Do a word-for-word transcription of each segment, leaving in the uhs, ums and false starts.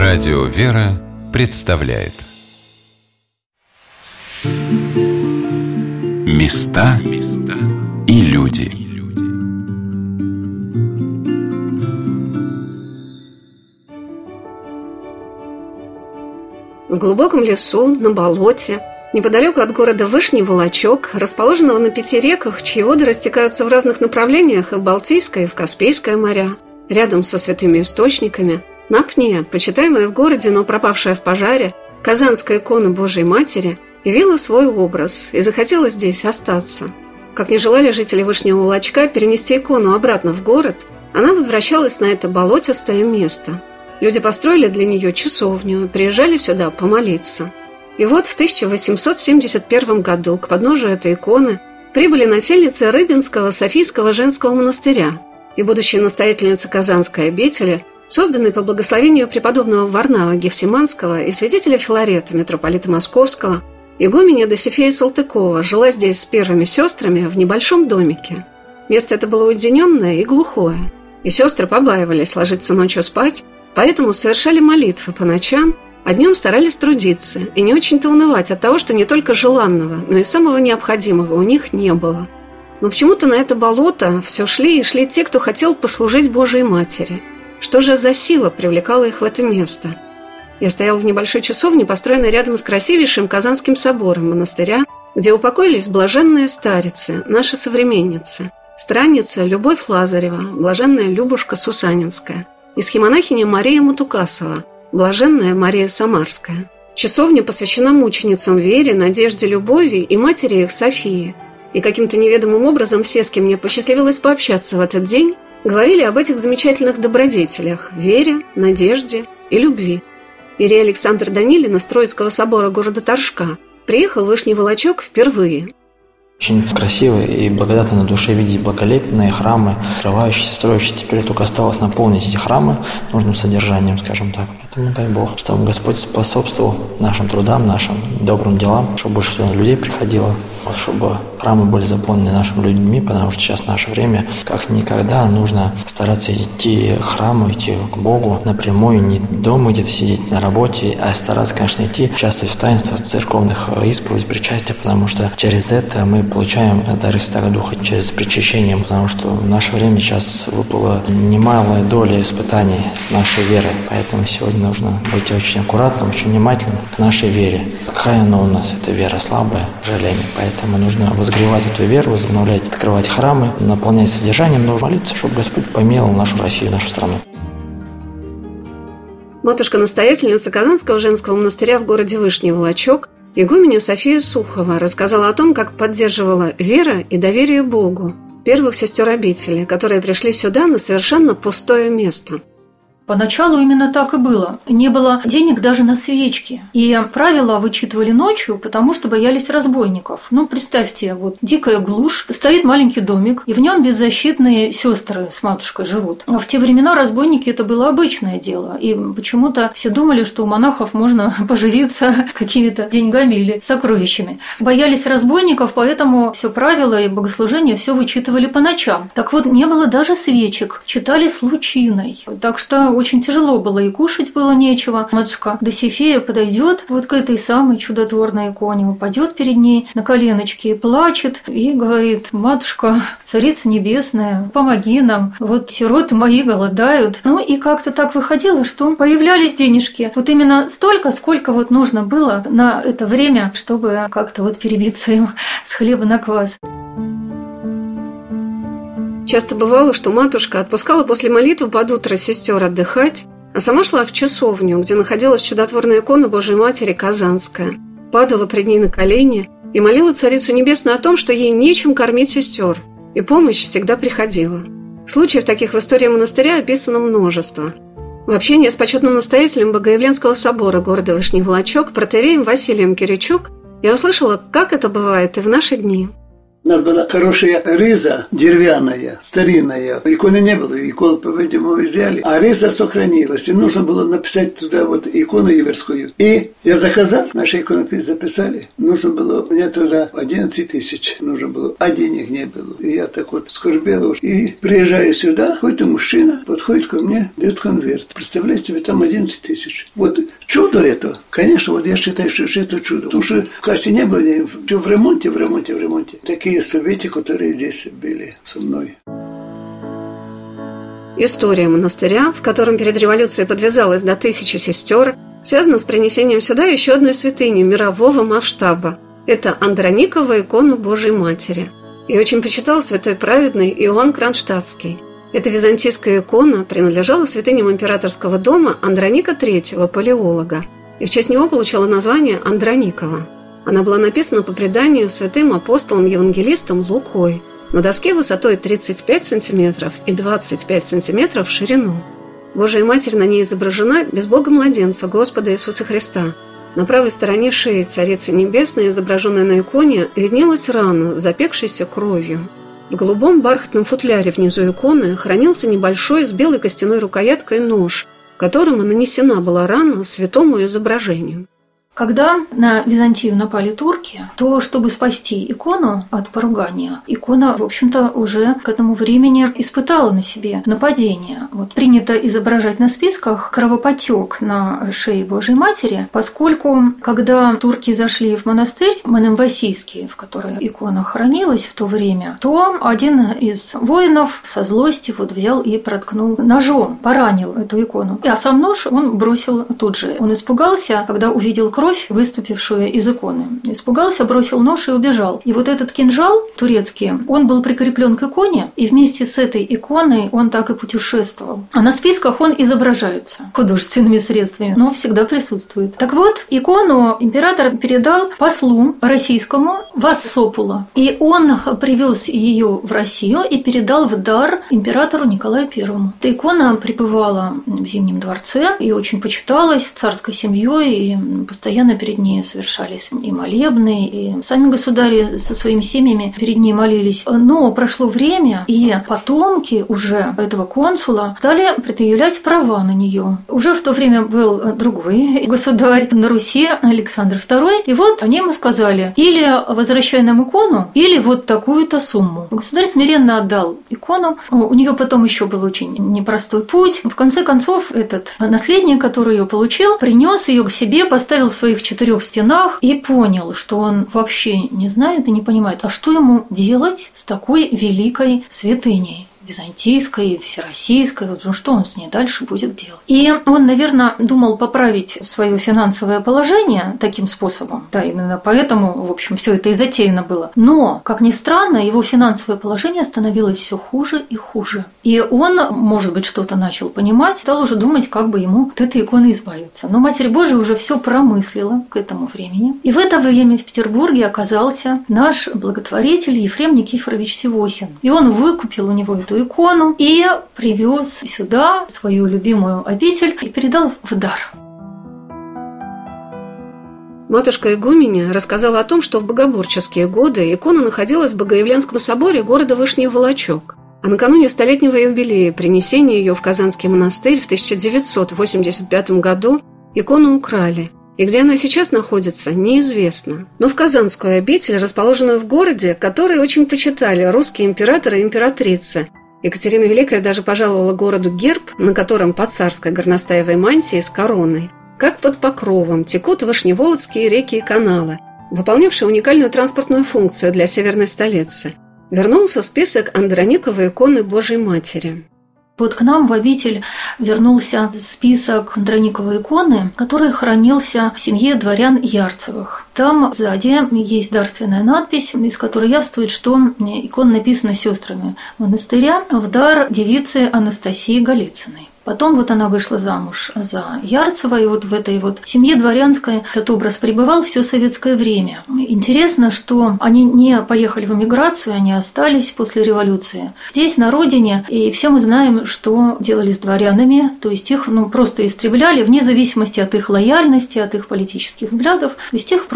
Радио «Вера» представляет Места и люди. В глубоком лесу, на болоте, неподалеку от города Вышний Волочок, расположенного на пяти реках, чьи воды растекаются в разных направлениях и в Балтийское, и в Каспийское моря, рядом со святыми источниками, на пне, почитаемая в городе, но пропавшая в пожаре, Казанская икона Божией Матери явила свой образ и захотела здесь остаться. Как не желали жители Вышнего Волочка перенести икону обратно в город, она возвращалась на это болотистое место. Люди построили для нее часовню, приезжали сюда помолиться. И вот в тысяча восемьсот семьдесят первом году к подножию этой иконы прибыли насельницы Рыбинского Софийского женского монастыря и будущая настоятельница Казанской обители, созданной по благословению преподобного Варнава Гефсиманского и святителя Филарета, митрополита Московского, игуменя Досифея Салтыкова, жила здесь с первыми сестрами в небольшом домике. Место это было уединенное и глухое, и сестры побаивались ложиться ночью спать, поэтому совершали молитвы по ночам, а днем старались трудиться и не очень-то унывать от того, что не только желанного, но и самого необходимого у них не было. Но почему-то на это болото все шли и шли те, кто хотел послужить Божией Матери. Что же за сила привлекала их в это место? Я стоял в небольшой часовне, построенной рядом с красивейшим Казанским собором монастыря, где упокоились блаженные старицы, наши современницы, странница Любовь Лазарева, блаженная Любушка Сусанинская и схемонахиня Мария Матукасова, блаженная Мария Самарская. Часовня посвящена мученицам Вере, Надежде, Любови и матери их Софии. И каким-то неведомым образом все, с кем мне посчастливилось пообщаться в этот день, говорили об этих замечательных добродетелях – вере, надежде и любви. Ирий Александр Данилин из Троицкого собора города Торжка приехал в Вышний Волочок впервые. Очень красиво и благодатно на душе видеть благолепные храмы, открывающиеся, строящиеся. Теперь только осталось наполнить эти храмы нужным содержанием, скажем так. Поэтому дай Бог, чтобы Господь способствовал нашим трудам, нашим добрым делам, чтобы больше всего людей приходило, чтобы храмы были заполнены нашими людьми, потому что сейчас в наше время, как никогда, нужно стараться идти к храму, идти к Богу напрямую, не дома где-то сидеть на работе, а стараться, конечно, идти, участвовать в таинствах церковных, исповедь, причастия, потому что через это мы получаем дары Святого Духа, через причащение, потому что в наше время сейчас выпала немалая доля испытаний нашей веры, поэтому сегодня нужно быть очень аккуратным, очень внимательным к нашей вере. Какая она у нас, эта вера слабая, к сожалению, поэтому нужно возгревать эту веру, возобновлять, открывать храмы, наполнять содержанием, нужно молиться, чтобы Господь помиловал нашу Россию, нашу страну. Матушка-настоятельница Казанского женского монастыря в городе Вышний Волочок, игуменя София Сухова, рассказала о том, как поддерживала вера и доверие Богу первых сестер обители, которые пришли сюда на совершенно пустое место. Поначалу именно так и было. Не было денег даже на свечки. И правила вычитывали ночью, потому что боялись разбойников. Ну, представьте, вот дикая глушь, стоит маленький домик, и в нем беззащитные сестры с матушкой живут. А в те времена разбойники – это было обычное дело. И почему-то все думали, что у монахов можно поживиться какими-то деньгами или сокровищами. Боялись разбойников, поэтому все правила и богослужения все вычитывали по ночам. Так вот, не было даже свечек, читали с лучиной. Так что очень тяжело было, и кушать было нечего. Матушка Досифея подойдет вот к этой самой чудотворной иконе, упадет перед ней на коленочки, плачет и говорит: «Матушка, Царица Небесная, помоги нам, вот сироты мои голодают». Ну и как-то так выходило, что появлялись денежки. Вот именно столько, сколько вот нужно было на это время, чтобы как-то вот перебиться им с хлеба на квас. Часто бывало, что матушка отпускала после молитвы под утро сестер отдыхать, а сама шла в часовню, где находилась чудотворная икона Божией Матери Казанская, падала пред ней на колени и молила Царицу Небесную о том, что ей нечем кормить сестер, и помощь всегда приходила. Случаев таких в истории монастыря описано множество. В общении с почетным настоятелем Богоявленского собора города Вышний Волочок, протоиереем Василием Киричук, я услышала, как это бывает и в наши дни. У нас была хорошая риза деревянная, старинная. Иконы не было, икону, по-видимому, взяли. А риза сохранилась. И нужно было написать туда вот икону иверскую. И я заказал, наши иконопись записали. Нужно было, мне туда одиннадцать тысяч нужно было, а денег не было. И я так вот скорбел. И приезжаю сюда, какой-то мужчина подходит ко мне, дает конверт. Представляете себе, там одиннадцать тысяч. Вот чудо это. Конечно, вот я считаю, что это чудо. Потому что в кассе не было, все в ремонте, в ремонте, в ремонте. Такие события, которые здесь были со мной. История монастыря, в котором перед революцией подвязалось до тысячи сестер, связана с принесением сюда еще одной святыни мирового масштаба. Это Андроникова икона Божией Матери. И очень почитал святой праведный Иоанн Кронштадтский. Эта византийская икона принадлежала святыням императорского дома Андроника третьего, палеолога, и в честь него получила название Андроникова. Она была написана по преданию святым апостолом-евангелистом Лукой на доске высотой тридцать пять сантиметров и двадцать пять сантиметров в ширину. Божия Матерь на ней изображена без Бога-младенца Господа Иисуса Христа. На правой стороне шеи Царицы Небесной, изображенной на иконе, виднелась рана, запекшаяся кровью. В голубом бархатном футляре внизу иконы хранился небольшой с белой костяной рукояткой нож, которому нанесена была рана святому изображению. Когда на Византию напали турки, то, чтобы спасти икону от поругания, икона, в общем-то, уже к этому времени испытала на себе нападение. Вот принято изображать на списках кровопотек на шее Божией Матери, поскольку, когда турки зашли в монастырь Монемвасийский, в котором икона хранилась в то время, то один из воинов со злости вот взял и проткнул ножом, поранил эту икону. А сам нож он бросил тут же. Он испугался, когда увидел кровь, выступившую из иконы. Испугался, бросил нож и убежал. И вот этот кинжал турецкий, он был прикреплен к иконе, и вместе с этой иконой он так и путешествовал. А на списках он изображается художественными средствами, но всегда присутствует. Так вот, икону император передал послу российскому Вассопула. И он привез ее в Россию и передал в дар императору Николаю Первому. Эта икона пребывала в Зимнем дворце и очень почиталась царской семьей, и постоянно перед ней совершались и молебны, и сами государи со своими семьями перед ней молились. Но прошло время, и потомки уже этого консула стали предъявлять права на нее. Уже в то время был другой государь на Руси, Александр Второй, и вот они ему сказали: или возвращай нам икону, или вот такую-то сумму. Государь смиренно отдал икону. У нее потом еще был очень непростой путь. В конце концов, этот наследник, который ее получил, принес ее к себе, поставил в своих четырех стенах и понял, что он вообще не знает и не понимает, а что ему делать с такой великой святыней. Византийской, всероссийской, ну что он с ней дальше будет делать. И он, наверное, думал поправить свое финансовое положение таким способом. Да, именно поэтому, в общем, все это и затеяно было. Но, как ни странно, его финансовое положение становилось все хуже и хуже. И он, может быть, что-то начал понимать, стал уже думать, как бы ему от этой иконы избавиться. Но Матерь Божия уже все промыслила к этому времени. И в это время в Петербурге оказался наш благотворитель Ефрем Никифорович Севохин. И он выкупил у него эту икону и привез сюда свою любимую обитель и передал в дар. Матушка Игуменя рассказала о том, что в богоборческие годы икона находилась в Богоявленском соборе города Вышний Волочек, а накануне столетнего юбилея принесения ее в Казанский монастырь в тысяча девятьсот восемьдесят пятом году икону украли. И где она сейчас находится, неизвестно. Но в Казанскую обитель, расположенную в городе, который очень почитали русские императоры и императрицы, Екатерина Великая даже пожаловала городу герб, на котором по царской горностаевой мантии с короной, как под покровом текут вышневолодские реки и каналы, выполнявшие уникальную транспортную функцию для северной столицы. Вернулся список Андрониковой иконы Божией Матери. Вот к нам в обитель вернулся список Андрониковой иконы, который хранился в семье дворян Ярцевых. Там сзади есть дарственная надпись, из которой явствует, что икона написана сестрами монастыря в дар девице Анастасии Голицыной. Потом вот она вышла замуж за Ярцева, и вот в этой вот семье дворянской этот образ пребывал все советское время. Интересно, что они не поехали в эмиграцию, они остались после революции здесь, на родине, и все мы знаем, что делали с дворянами, то есть их ну, просто истребляли вне зависимости от их лояльности, от их политических взглядов, то есть их просто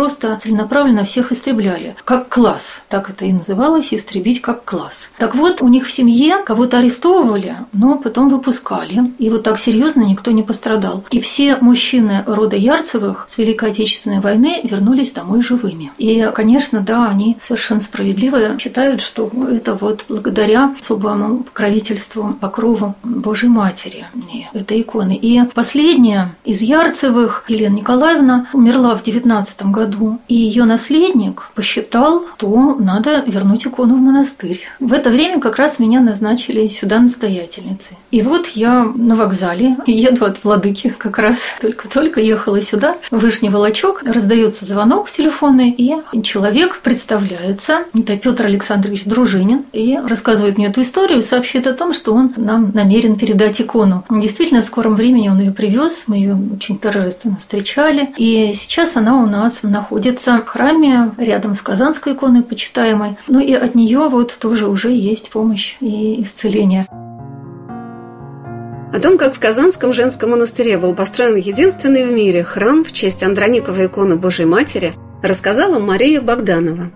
просто целенаправленно всех истребляли. Как класс, так это и называлось, истребить как класс. Так вот, у них в семье кого-то арестовывали, но потом выпускали. И вот так серьезно никто не пострадал. И все мужчины рода Ярцевых с Великой Отечественной войны вернулись домой живыми. И, конечно, да, они совершенно справедливо считают, что это вот благодаря особому покровительству, покрову Божьей Матери этой иконы. И последняя из Ярцевых, Елена Николаевна, умерла в девятнадцатом году. И ее наследник посчитал, что надо вернуть икону в монастырь. В это время как раз меня назначили сюда настоятельницей. И вот я на вокзале еду от Владыки, как раз только-только ехала сюда, Вышний Волочок, раздается звонок в телефонный, и человек представляется, это Петр Александрович Дружинин, и рассказывает мне эту историю и сообщает о том, что он нам намерен передать икону. Действительно, в скором времени он ее привез, мы ее очень торжественно встречали, и сейчас она у нас находится в храме рядом с Казанской иконой почитаемой, ну и от нее вот тоже уже есть помощь и исцеление. О том, как в Казанском женском монастыре был построен единственный в мире храм в честь Андрониковой иконы Божьей Матери, рассказала Мария Богданова.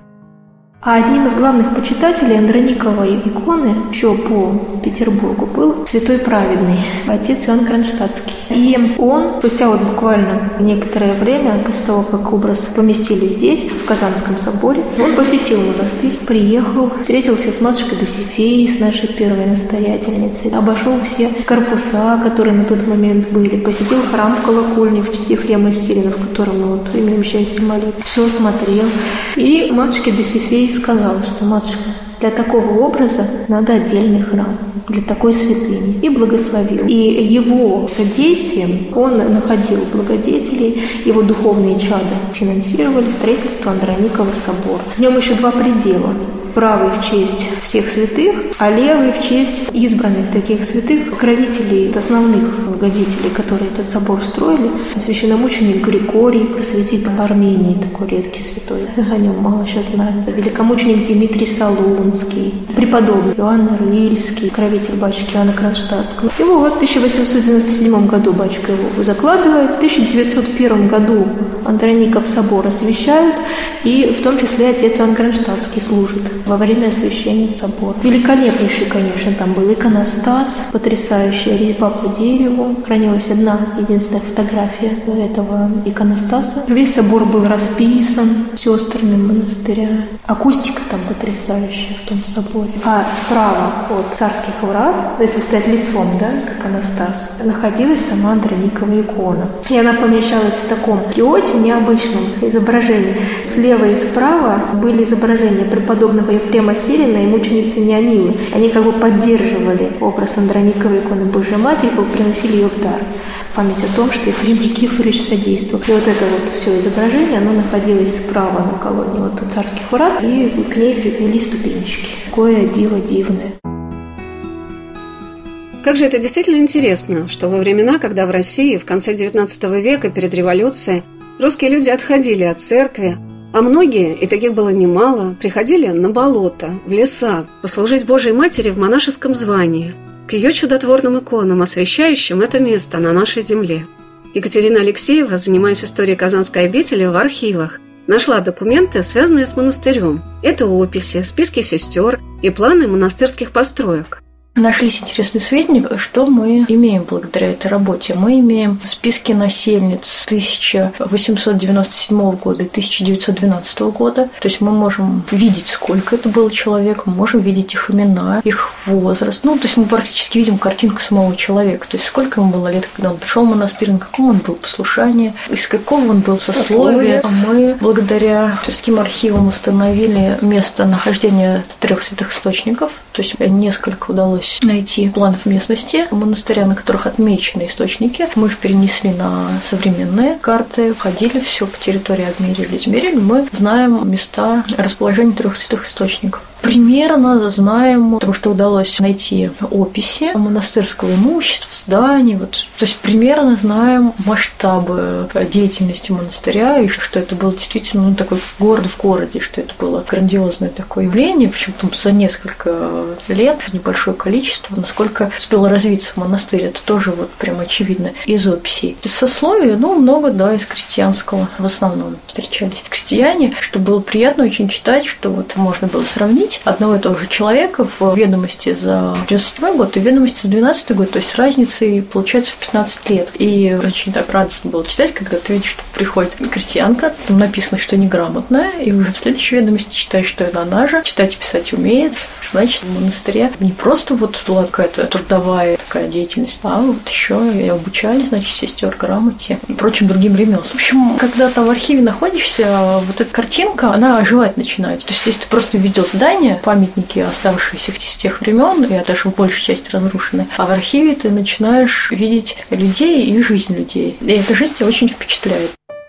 А одним из главных почитателей Андрониковой иконы еще по Петербургу был святой праведный, отец Иоанн Кронштадтский. И он, спустя вот буквально некоторое время, после того, как образ поместили здесь, в Казанском соборе, он посетил монастырь, приехал, встретился с матушкой Досифеей, с нашей первой настоятельницей, обошел все корпуса, которые на тот момент были, посетил храм в колокольне в честь Ефрема Сирина, в котором мы вот имеем счастье молиться, все смотрел. И матушке Досифеи сказала, что матушка, для такого образа надо отдельный храм, для такой святыни, и благословил. И его содействием он находил благодетелей, его духовные чады финансировали строительство Андроникового собора. В нем еще два предела. Правый в честь всех святых, а левый в честь избранных таких святых, покровителей, основных благодетелей, которые этот собор строили. Священномученик Григорий, просветитель Армении, такой редкий святой, о нем мало сейчас знают. Великомученик Дмитрий Солунский, преподобный Иоанн Рыльский, покровитель батюшки Иоанна Кронштадтского. Его вот в тысяча восемьсот девяносто седьмом году батюшка его закладывает, в тысяча девятьсот первом году Андроников собор освящают, и в том числе отец Иоанн Кронштадтский служит во время освящения собора. Великолепнейший, конечно, там был иконостас, потрясающая резьба по дереву. Хранилась одна единственная фотография этого иконостаса. Весь собор был расписан сестрами монастыря. Акустика там потрясающая в том соборе. А справа от царских врат, если стоять лицом, да, к иконостасу, находилась сама Андроникова икона. И она помещалась в таком киоте необычном изображении. Слева и справа были изображения преподобного Ефрема Сирина и мученицы Неонилы. Они как бы поддерживали образ Андрониковой иконы Божьей Матери, приносили ее в дар. Память о том, что Ефрем Никифорович содействовал. И вот это вот все изображение, оно находилось справа на колонне вот у царских врат, и к ней вели ступенечки. Какое диво дивное. Как же это действительно интересно, что во времена, когда в России в конце девятнадцатого века перед революцией русские люди отходили от церкви, а многие, и таких было немало, приходили на болото, в леса, послужить Божьей Матери в монашеском звании, к ее чудотворным иконам, освящающим это место на нашей земле. Екатерина Алексеева, занимаясь историей Казанской обители в архивах, нашла документы, связанные с монастырем. Это описи, списки сестер и планы монастырских построек. Нашлись интересные сведения, что мы имеем благодаря этой работе. Мы имеем списки насельниц тысяча восемьсот девяносто седьмого года и тысяча девятьсот двенадцатого года. То есть мы можем видеть, сколько это было человек, мы можем видеть их имена, их возраст. Ну, то есть мы практически видим картинку самого человека. То есть сколько ему было лет, когда он пришел в монастырь, на каком он был послушании, из какого он был сословия. Мы благодаря Тверским архивам установили место нахождения трех святых источников. То есть несколько удалось найти планов местности монастыря, на которых отмечены источники. Мы их перенесли на современные карты, ходили все по территории, обмерили, измерили. Мы знаем места расположения трех святых источников. Примерно знаем, потому что удалось найти описи монастырского имущества, зданий. Вот. То есть примерно знаем масштабы деятельности монастыря, и что это было действительно ну, такой город в городе, что это было грандиозное такое явление, причем там за несколько лет небольшое количество, насколько успел развиться монастырь, это тоже вот прям очевидно из описей. Из сословия, ну, много, да, из крестьянского в основном встречались крестьяне, что было приятно очень читать, что вот можно было сравнить одного и того же человека в ведомости за девяносто седьмой год и в ведомости за двенадцатый год, то есть с разницей, получается, в пятнадцать лет. И очень так радостно было читать, когда ты видишь, что приходит крестьянка, там написано, что неграмотная, и уже в следующей ведомости читаешь, что это она же читать и писать умеет. Значит, в монастыре не просто вот была какая-то трудовая такая деятельность, а вот еще и обучали, значит, сестер грамоте и прочим другим ремеслам. В общем, когда там в архиве находишься, вот эта картинка, она оживать начинает. То есть, если ты просто видел здания, памятники, оставшиеся с тех времен, и даже в большей части разрушены, а в архиве ты начинаешь видеть людей и жизнь людей. И эта жизнь тебя очень впечатляет.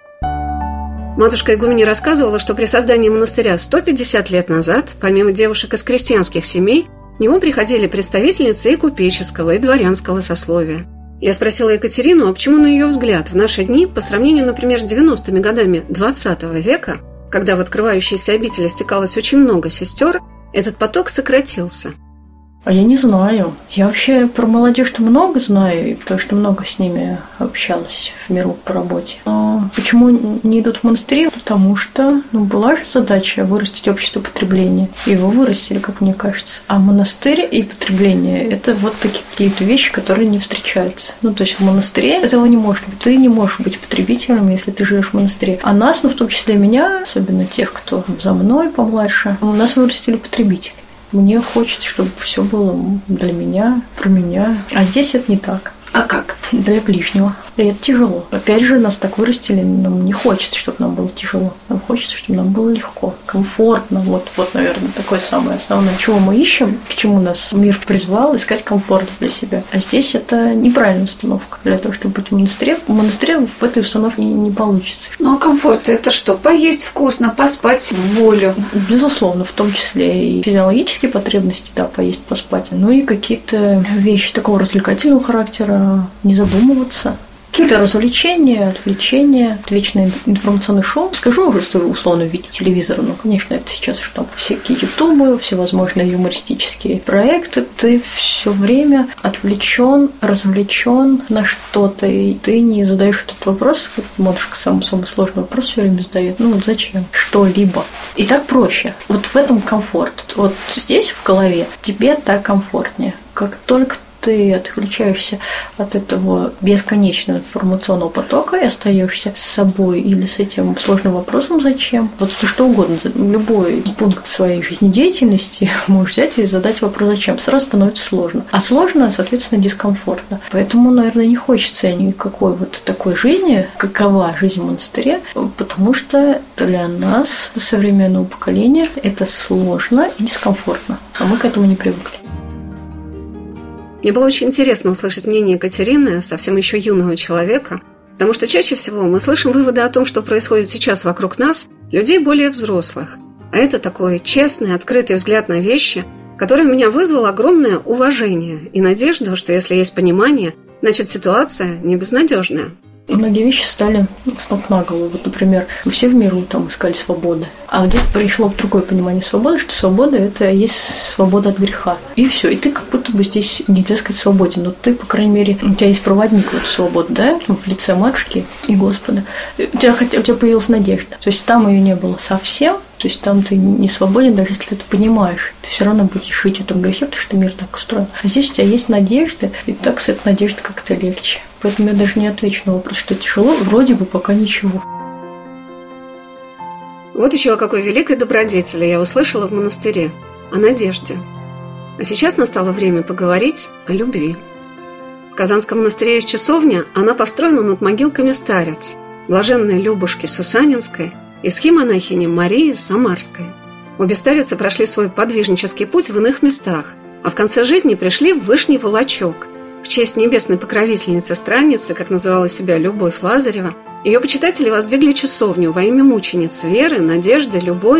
Матушка Игуменя рассказывала, что при создании монастыря сто пятьдесят лет назад, помимо девушек из крестьянских семей, к нему приходили представительницы и купеческого, и дворянского сословия. Я спросила Екатерину, а почему, на ее взгляд, в наши дни, по сравнению, например, с девяностыми годами двадцатого века, когда в открывающиеся обители стекалось очень много сестер, этот поток сократился. А я не знаю. Я вообще про молодежь-то много знаю, потому что много с ними общалась в миру по работе. Но почему не идут в монастыри? Потому что ну, была же задача вырастить общество потребления. Его вырастили, как мне кажется. А монастырь и потребление – это вот такие какие-то вещи, которые не встречаются. Ну, то есть в монастыре этого не может быть. Ты не можешь быть потребителем, если ты живешь в монастыре. А нас, ну, в том числе меня, особенно тех, кто за мной помладше, у нас вырастили потребители. Мне хочется, чтобы все было для меня, про меня. А здесь это не так. А как? Для ближнего. И это тяжело. Опять же, нас так вырастили, нам не хочется, чтобы нам было тяжело. Нам хочется, чтобы нам было легко, комфортно. Вот, вот, наверное, такое самое основное. Чего мы ищем, к чему нас мир призвал, искать комфорт для себя. А здесь это неправильная установка. Для того, чтобы быть в монастыре, в монастыре в этой установке не, не получится. Ну, а комфорт – это что? Поесть вкусно, поспать в волю? Безусловно, в том числе и физиологические потребности, да, поесть, поспать. Ну и какие-то вещи такого развлекательного характера, не задумываться. Какие-то развлечения, отвлечения, вечный информационный шоу. Скажу уже, что условно в виде телевизора, но, конечно, это сейчас что? Всякие ютубы, всевозможные юмористические проекты. Ты все время отвлечен, развлечен на что-то, и ты не задаешь этот вопрос, как матушка самый, самый сложный вопрос все время задает. Ну вот зачем? Что-либо. И так проще. Вот в этом комфорт. Вот здесь, в голове, тебе так комфортнее. Как только ты отключаешься от этого бесконечного информационного потока и остаешься с собой или с этим сложным вопросом «зачем?». Вот что угодно, любой пункт своей жизнедеятельности можешь взять и задать вопрос «зачем?». Сразу становится сложно. А сложно, соответственно, дискомфортно. Поэтому, наверное, не хочется никакой вот такой жизни, какова жизнь в монастыре, потому что для нас, современного поколения, это сложно и дискомфортно. А мы к этому не привыкли. Мне было очень интересно услышать мнение Екатерины, совсем еще юного человека, потому что чаще всего мы слышим выводы о том, что происходит сейчас вокруг нас, людей более взрослых. А это такой честный, открытый взгляд на вещи, который у меня вызвал огромное уважение и надежду, что если есть понимание, значит ситуация не безнадежная. Многие вещи стали с ног на голову. Вот, например, все в миру там искали свободы. А вот здесь пришло другое понимание свободы, что свобода – это есть свобода от греха. И все. И ты как будто бы здесь, нельзя сказать, свободен. Но ты, по крайней мере, у тебя есть проводник вот свободы, да, в лице матушки и Господа. У тебя, у тебя появилась надежда. То есть там ее не было совсем. То есть там ты не свободен, даже если ты это понимаешь. Ты все равно будешь жить в этом грехе, потому что мир так устроен. А здесь у тебя есть надежда, и так с этой надеждой как-то легче. Поэтому я даже не отвечу на вопрос, что тяжело, вроде бы пока ничего. Вот еще о какой великой добродетели я услышала в монастыре. О надежде. А сейчас настало время поговорить о любви. В Казанском монастыре есть часовня, она построена над могилками старец, блаженной Любушки Сусанинской и схимонахини Марии Самарской. Обе старицы прошли свой подвижнический путь в иных местах, а в конце жизни пришли в Вышний Волочок. В честь небесной покровительницы странницы, как называла себя Любовь Лазарева, ее почитатели воздвигли часовню во имя мучениц веры, надежды, любови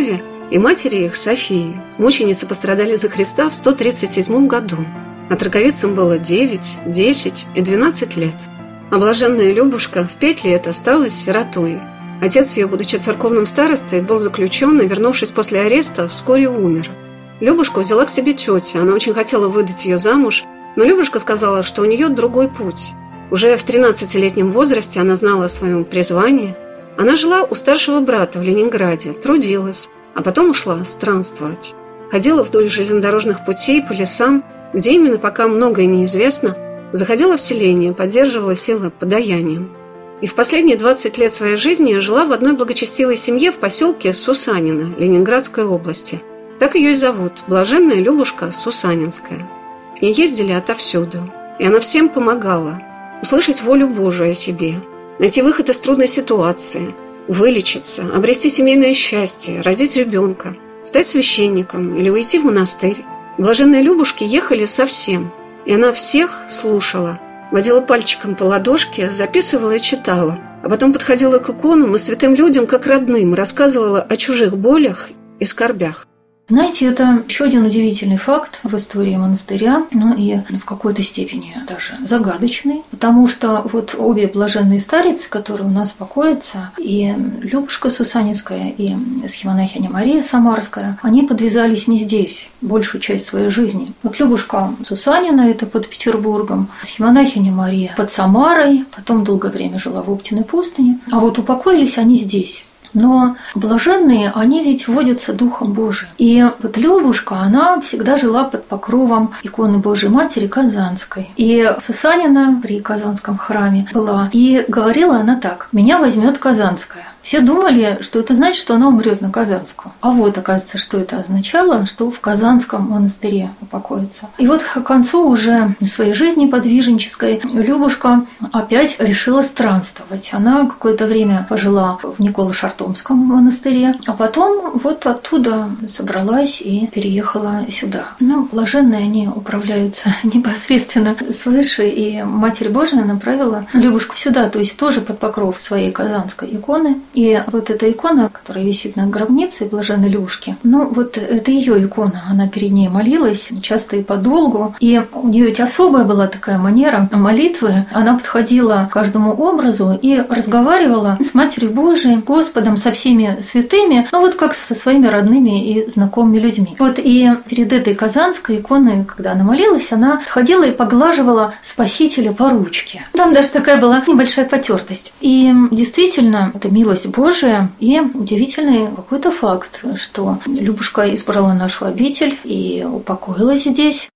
и матери их, Софии. Мученицы пострадали за Христа в сто тридцать седьмом году. А троковицам было девять, десять и двенадцать лет. А блаженная Любушка в пять лет осталась сиротой. Отец ее, будучи церковным старостой, был заключен и, вернувшись после ареста, вскоре умер. Любушку взяла к себе тетя, она очень хотела выдать ее замуж, но Любушка сказала, что у нее другой путь. Уже в тринадцатилетнем возрасте она знала о своем призвании. Она жила у старшего брата в Ленинграде, трудилась, а потом ушла странствовать. Ходила вдоль железнодорожных путей по лесам, где именно пока многое неизвестно, заходила в селение, поддерживала силы подаянием. И в последние двадцать лет своей жизни жила в одной благочестивой семье в поселке Сусанино Ленинградской области. Так ее и зовут – блаженная Любушка Сусанинская. К ней ездили отовсюду, и она всем помогала услышать волю Божию о себе, найти выход из трудной ситуации, вылечиться, обрести семейное счастье, родить ребенка, стать священником или уйти в монастырь. Блаженные Любушки ехали совсем, и она всех слушала, водила пальчиком по ладошке, записывала и читала, а потом подходила к иконам и святым людям, как родным, рассказывала о чужих болях и скорбях. Знаете, это еще один удивительный факт в истории монастыря, ну и в какой-то степени даже загадочный, потому что вот обе блаженные старицы, которые у нас покоятся, и Любушка Сусанинская, и схемонахиня Мария Самарская, они подвязались не здесь большую часть своей жизни. Вот Любушка Сусанина, это под Петербургом, схемонахиня Мария под Самарой, потом долгое время жила в Оптиной пустыне, а вот упокоились они здесь. Но блаженные, они ведь водятся Духом Божиим. И вот Любушка, она всегда жила под покровом иконы Божией Матери Казанской. И Сусанина при Казанском храме была. И говорила она так: «Меня возьмет Казанская». Все думали, что это значит, что она умрет на Казанскую. А вот, оказывается, что это означало, что в Казанском монастыре упокоится. И вот к концу уже своей жизни подвижнической Любушка опять решила странствовать. Она какое-то время пожила в Николо-Шартомском монастыре, а потом вот оттуда собралась и переехала сюда. Ну, блаженные они управляются непосредственно свыше, и Матерь Божия направила Любушку сюда, то есть тоже под покров своей казанской иконы. И вот эта икона, которая висит над гробницей блаженной Любушки, ну вот это ее икона, она перед ней молилась, часто и подолгу. И у нее ведь особая была такая манера молитвы. Она подходила к каждому образу и разговаривала с Матерью Божией, Господом, со всеми святыми, ну вот как со своими родными и знакомыми людьми. Вот и перед этой казанской иконой, когда она молилась, она подходила и поглаживала Спасителя по ручке. Там даже такая была небольшая потертость. И действительно, это милость Божия и удивительный какой-то факт, что Любушка избрала нашу обитель и упокоилась здесь.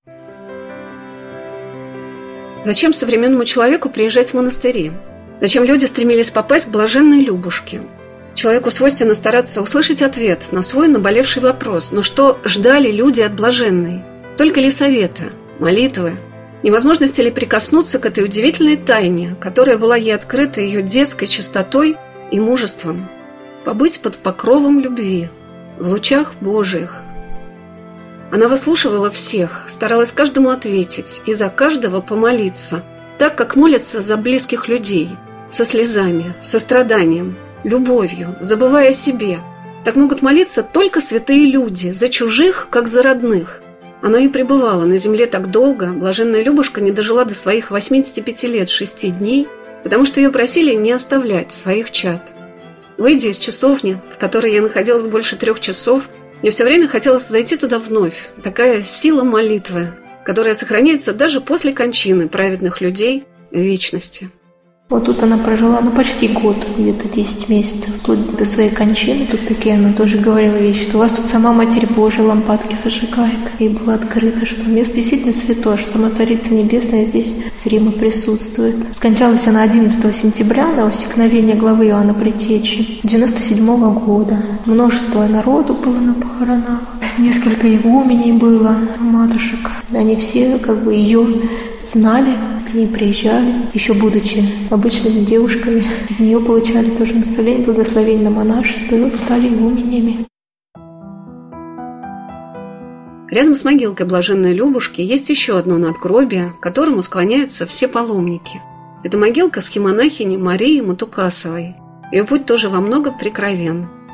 Зачем современному человеку приезжать в монастыри? Зачем люди стремились попасть к блаженной Любушке? Человеку свойственно стараться услышать ответ на свой наболевший вопрос. Но что ждали люди от блаженной? Только ли советы, молитвы? Невозможности ли прикоснуться к этой удивительной тайне, которая была ей открыта ее детской чистотой и мужеством? Побыть под покровом любви, в лучах Божиих. Она выслушивала всех, старалась каждому ответить и за каждого помолиться, так, как молятся за близких людей, со слезами, состраданием, любовью, забывая о себе. Так могут молиться только святые люди, за чужих, как за родных. Она и пребывала на земле так долго, блаженная Любушка не дожила до своих восьмидесяти пяти лет шести дней, потому что ее просили не оставлять своих чад. Выйдя из часовни, в которой я находилась больше трех часов, мне все время хотелось зайти туда вновь. Такая сила молитвы, которая сохраняется даже после кончины праведных людей в вечности. Вот тут она прожила, ну, почти год, где-то десять месяцев, вплоть до своей кончины. Тут такие она тоже говорила вещи, что у вас тут сама Матерь Божия лампадки зажигает. И было открыто, что место действительно святое, что сама Царица Небесная здесь зримо присутствует. Скончалась она одиннадцатого сентября на усекновение главы Иоанна Предтечи девяносто седьмого года. Множество народу было на похоронах. Несколько игуменей было, матушек. Они все как бы ее знали, к ней приезжали, еще будучи обычными девушками. От нее получали тоже наставление, благословение на монашество, и вот стали игуменями. Рядом с могилкой блаженной Любушки есть еще одно надгробие, к которому склоняются все паломники. Это могилка схемонахини Марии Матукасовой. Ее путь тоже во многом прикровен.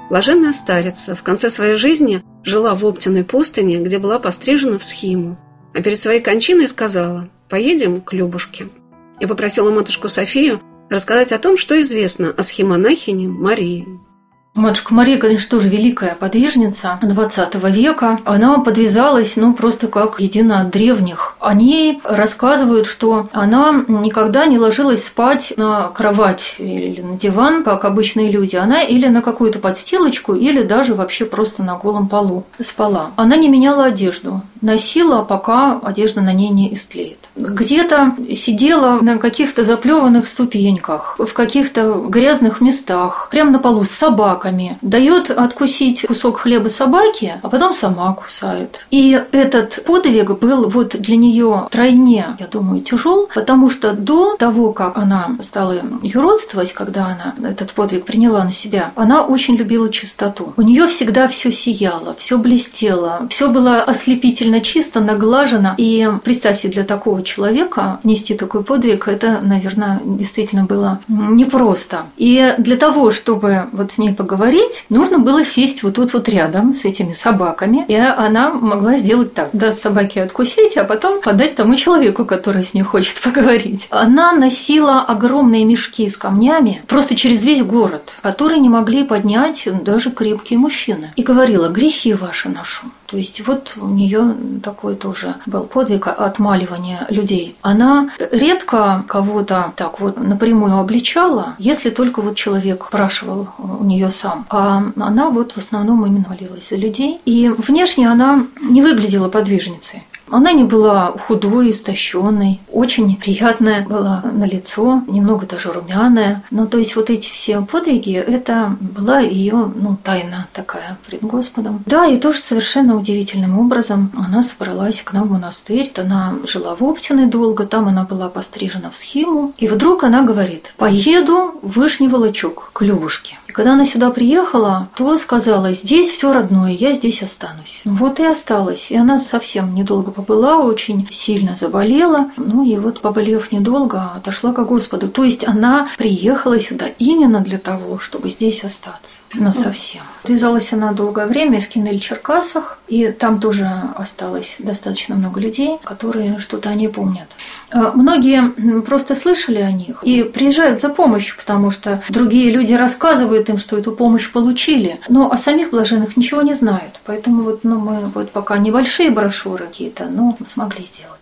Блаженная старица в конце своей жизни жила в Оптиной пустыне, где была пострижена в схиму. А перед своей кончиной сказала: «Поедем к Любушке». И попросила матушку Софию рассказать о том, что известно о схимонахине Марии. Матушка Мария, конечно, тоже великая подвижница двадцатого века. Она подвязалась, ну, просто как едино от древних. О ней рассказывают, что она никогда не ложилась спать на кровать или на диван, как обычные люди. Она или на какую-то подстилочку, или даже вообще просто на голом полу спала. Она не меняла одежду. Носила, пока одежда на ней не истлеет. Где-то сидела на каких-то заплеванных ступеньках, в каких-то грязных местах, прямо на полу с собаками. Дает откусить кусок хлеба собаке, а потом сама кусает. И этот подвиг был вот для нее тройне, я думаю, тяжел, потому что до того, как она стала юродствовать, когда она этот подвиг приняла на себя, она очень любила чистоту. У нее всегда все сияло, все блестело, все было ослепительно чисто, наглажено. И представьте, для такого человека нести такой подвиг, это, наверное, действительно было непросто. И для того, чтобы вот с ней поговорить, нужно было сесть вот тут вот рядом с этими собаками, и она могла сделать так: даст собаке откусить, а потом подать тому человеку, который с ней хочет поговорить. Она носила огромные мешки с камнями просто через весь город, которые не могли поднять даже крепкие мужчины. И говорила: грехи ваши ношу. То есть вот у нее такой тоже был подвиг отмаливания людей. Она редко кого-то так вот напрямую обличала, если только вот человек спрашивал у нее сам. А она вот в основном именно молилась за людей. И внешне она не выглядела подвижницей. Она не была худой, истощенной, очень приятная была на лицо, немного даже румяная. Ну, то есть вот эти все подвиги, это была ее, ну, тайна такая пред Господом. Да, и тоже совершенно удивительным образом она собралась к нам в монастырь. Она жила в Оптиной долго, там она была пострижена в схиму. И вдруг она говорит: поеду в Вышний Волочок к Любушке. И когда она сюда приехала, то сказала: здесь все родное, я здесь останусь. Вот и осталась. И она совсем недолго побыла, очень сильно заболела. Ну и вот, поболев недолго, отошла к Господу. То есть она приехала сюда именно для того, чтобы здесь остаться насовсем. Вязалась она долгое время в Кинель-Черкасах, и там тоже осталось достаточно много людей, которые что-то о ней помнят. Многие просто слышали о них и приезжают за помощью, потому что другие люди рассказывают им, что эту помощь получили, но о самих блаженных ничего не знают. Поэтому вот, ну, мы вот пока небольшие брошюры какие-то, но смогли сделать.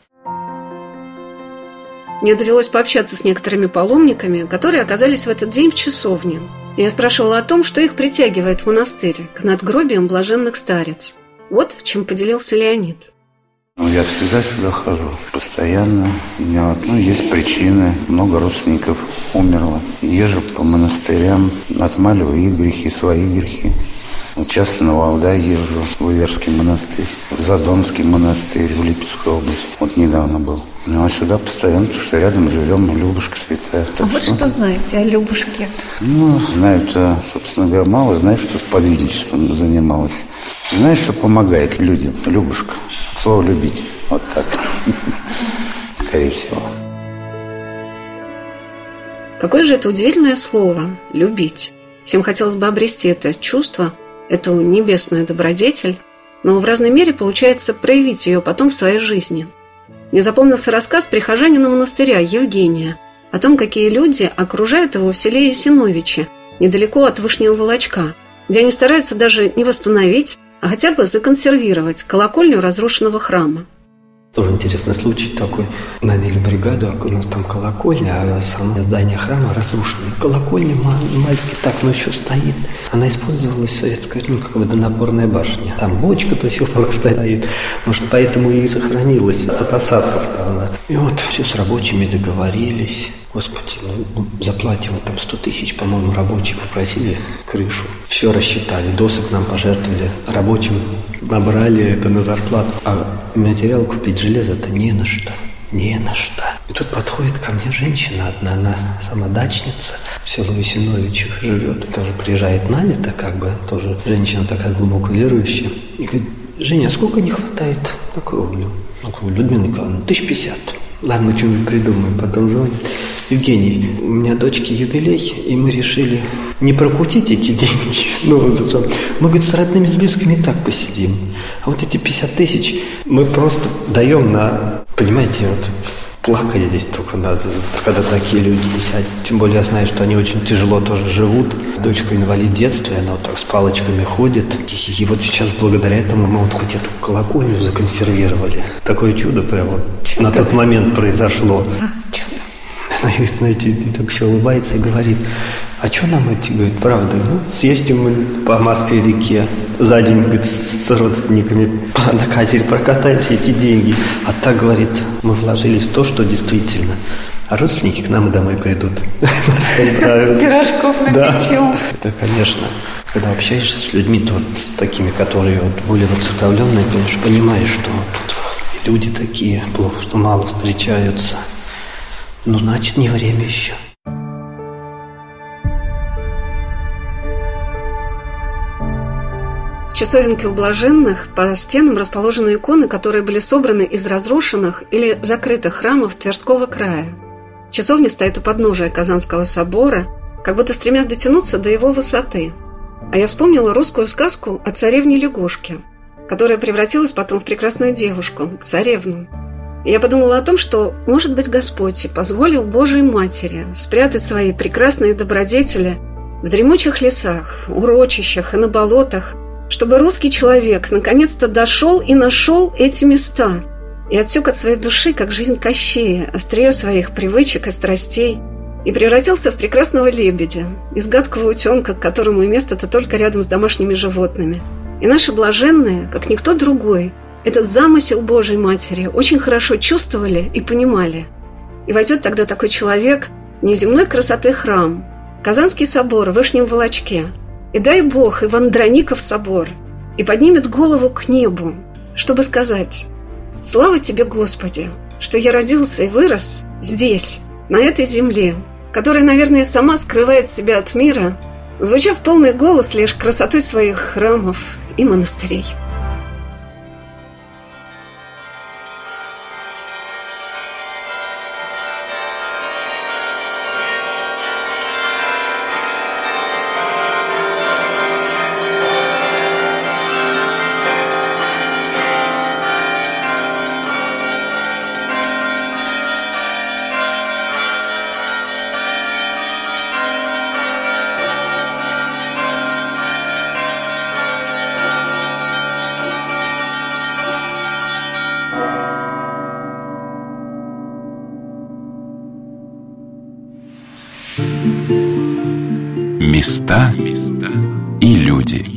Мне довелось пообщаться с некоторыми паломниками, которые оказались в этот день в часовне. Я спрашивала о том, что их притягивает в монастырь к надгробиям блаженных старец. Вот чем поделился Леонид. Ну, я всегда сюда хожу, постоянно. У меня, ну, есть причины, много родственников умерло. Езжу по монастырям, отмаливаю их грехи, свои грехи. Вот часто на Валдай езжу, в Иверский монастырь, в Задонский монастырь, в Липецкую область. Вот недавно был. Ну, а сюда постоянно, потому что рядом живем, Любушка святая. А вот что знаете о Любушке? Ну, знаю-то, собственно говоря, мало. Знаю, что с подвижничеством занималась. Знаю, что помогает людям. Любушка. Слово «любить». Вот так. Скорее всего. Какое же это удивительное слово «любить». Всем хотелось бы обрести это чувство, эту небесную добродетель, но в разной мере получается проявить ее потом в своей жизни. Мне запомнился рассказ прихожанина монастыря Евгения о том, какие люди окружают его в селе Ясиновичи, недалеко от Вышнего Волочка, где они стараются даже не восстановить, а хотя бы законсервировать колокольню разрушенного храма. Тоже интересный случай такой. Наняли бригаду, а у нас там колокольня, а само здание храма разрушено. Колокольня мальски так, но еще стоит. Она использовалась советская, ну, как водонапорная башня. Там бочка до сих пор стоит. Может, поэтому и сохранилась от осадков-то она. И вот все с рабочими договорились. Господи, ну, заплатим там сто тысяч, по-моему, рабочие попросили крышу. Все рассчитали, досок нам пожертвовали, рабочим набрали это на зарплату. А материал купить железо-то не на что, не на что. И тут подходит ко мне женщина одна, она самодачница, в село Ясиновичах живет. Тоже приезжает налито, как бы, тоже женщина такая глубоко верующая. И говорит: Женя, а сколько не хватает на кровлю? Ну, Людмила Николаевна, тысяч пятьдесят. Ладно, что-нибудь придумаем, потом звонит. Евгений, у меня дочке юбилей, и мы решили не прокутить эти деньги. Ну, мы, говорит, с родными, с близкими так посидим. А вот эти пятьдесят тысяч мы просто даем на, понимаете, вот плакать здесь только надо, когда такие люди сидят. Тем более я знаю, что они очень тяжело тоже живут. Дочка инвалид детства, и она вот так с палочками ходит. И вот сейчас благодаря этому мы вот хоть эту колокольню законсервировали. Такое чудо прямо вот на тот момент произошло. А, чудо. Она, знаете, так все улыбается и говорит: а что нам эти, говорит, правда, ну, съездим мы по Амурской реке, за день, говорит, с родственниками на катере прокатаемся, эти деньги. А так, говорит, мы вложились в то, что действительно, а родственники к нам домой придут. Пирожков напечем. Это, конечно, когда общаешься с людьми, то вот такими, которые вот более воцерковленные, конечно, понимаешь, что тут люди такие, плохо, что мало встречаются. Ну, значит, не время еще. В часовенке у блаженных по стенам расположены иконы, которые были собраны из разрушенных или закрытых храмов Тверского края. Часовня стоит у подножия Казанского собора, как будто стремясь дотянуться до его высоты. А я вспомнила русскую сказку о царевне лягушке, которая превратилась потом в прекрасную девушку, царевну. И я подумала о том, что, может быть, Господь позволил Божией Матери спрятать свои прекрасные добродетели в дремучих лесах, урочищах и на болотах, чтобы русский человек наконец-то дошел и нашел эти места и отсек от своей души, как жизнь Кощея, острие своих привычек и страстей, и превратился в прекрасного лебедя, из гадкого утенка, к которому и место-то только рядом с домашними животными. И наши блаженные, как никто другой, этот замысел Божьей Матери очень хорошо чувствовали и понимали. И войдет тогда такой человек в неземной красоты храм, Казанский собор в Вышнем Волочке, и дай Бог Иван Дроников собор, и поднимет голову к небу, чтобы сказать: «Слава тебе, Господи, что я родился и вырос здесь, на этой земле, которая, наверное, сама скрывает себя от мира, звуча в полный голос лишь красотой своих храмов и монастырей». Места и люди.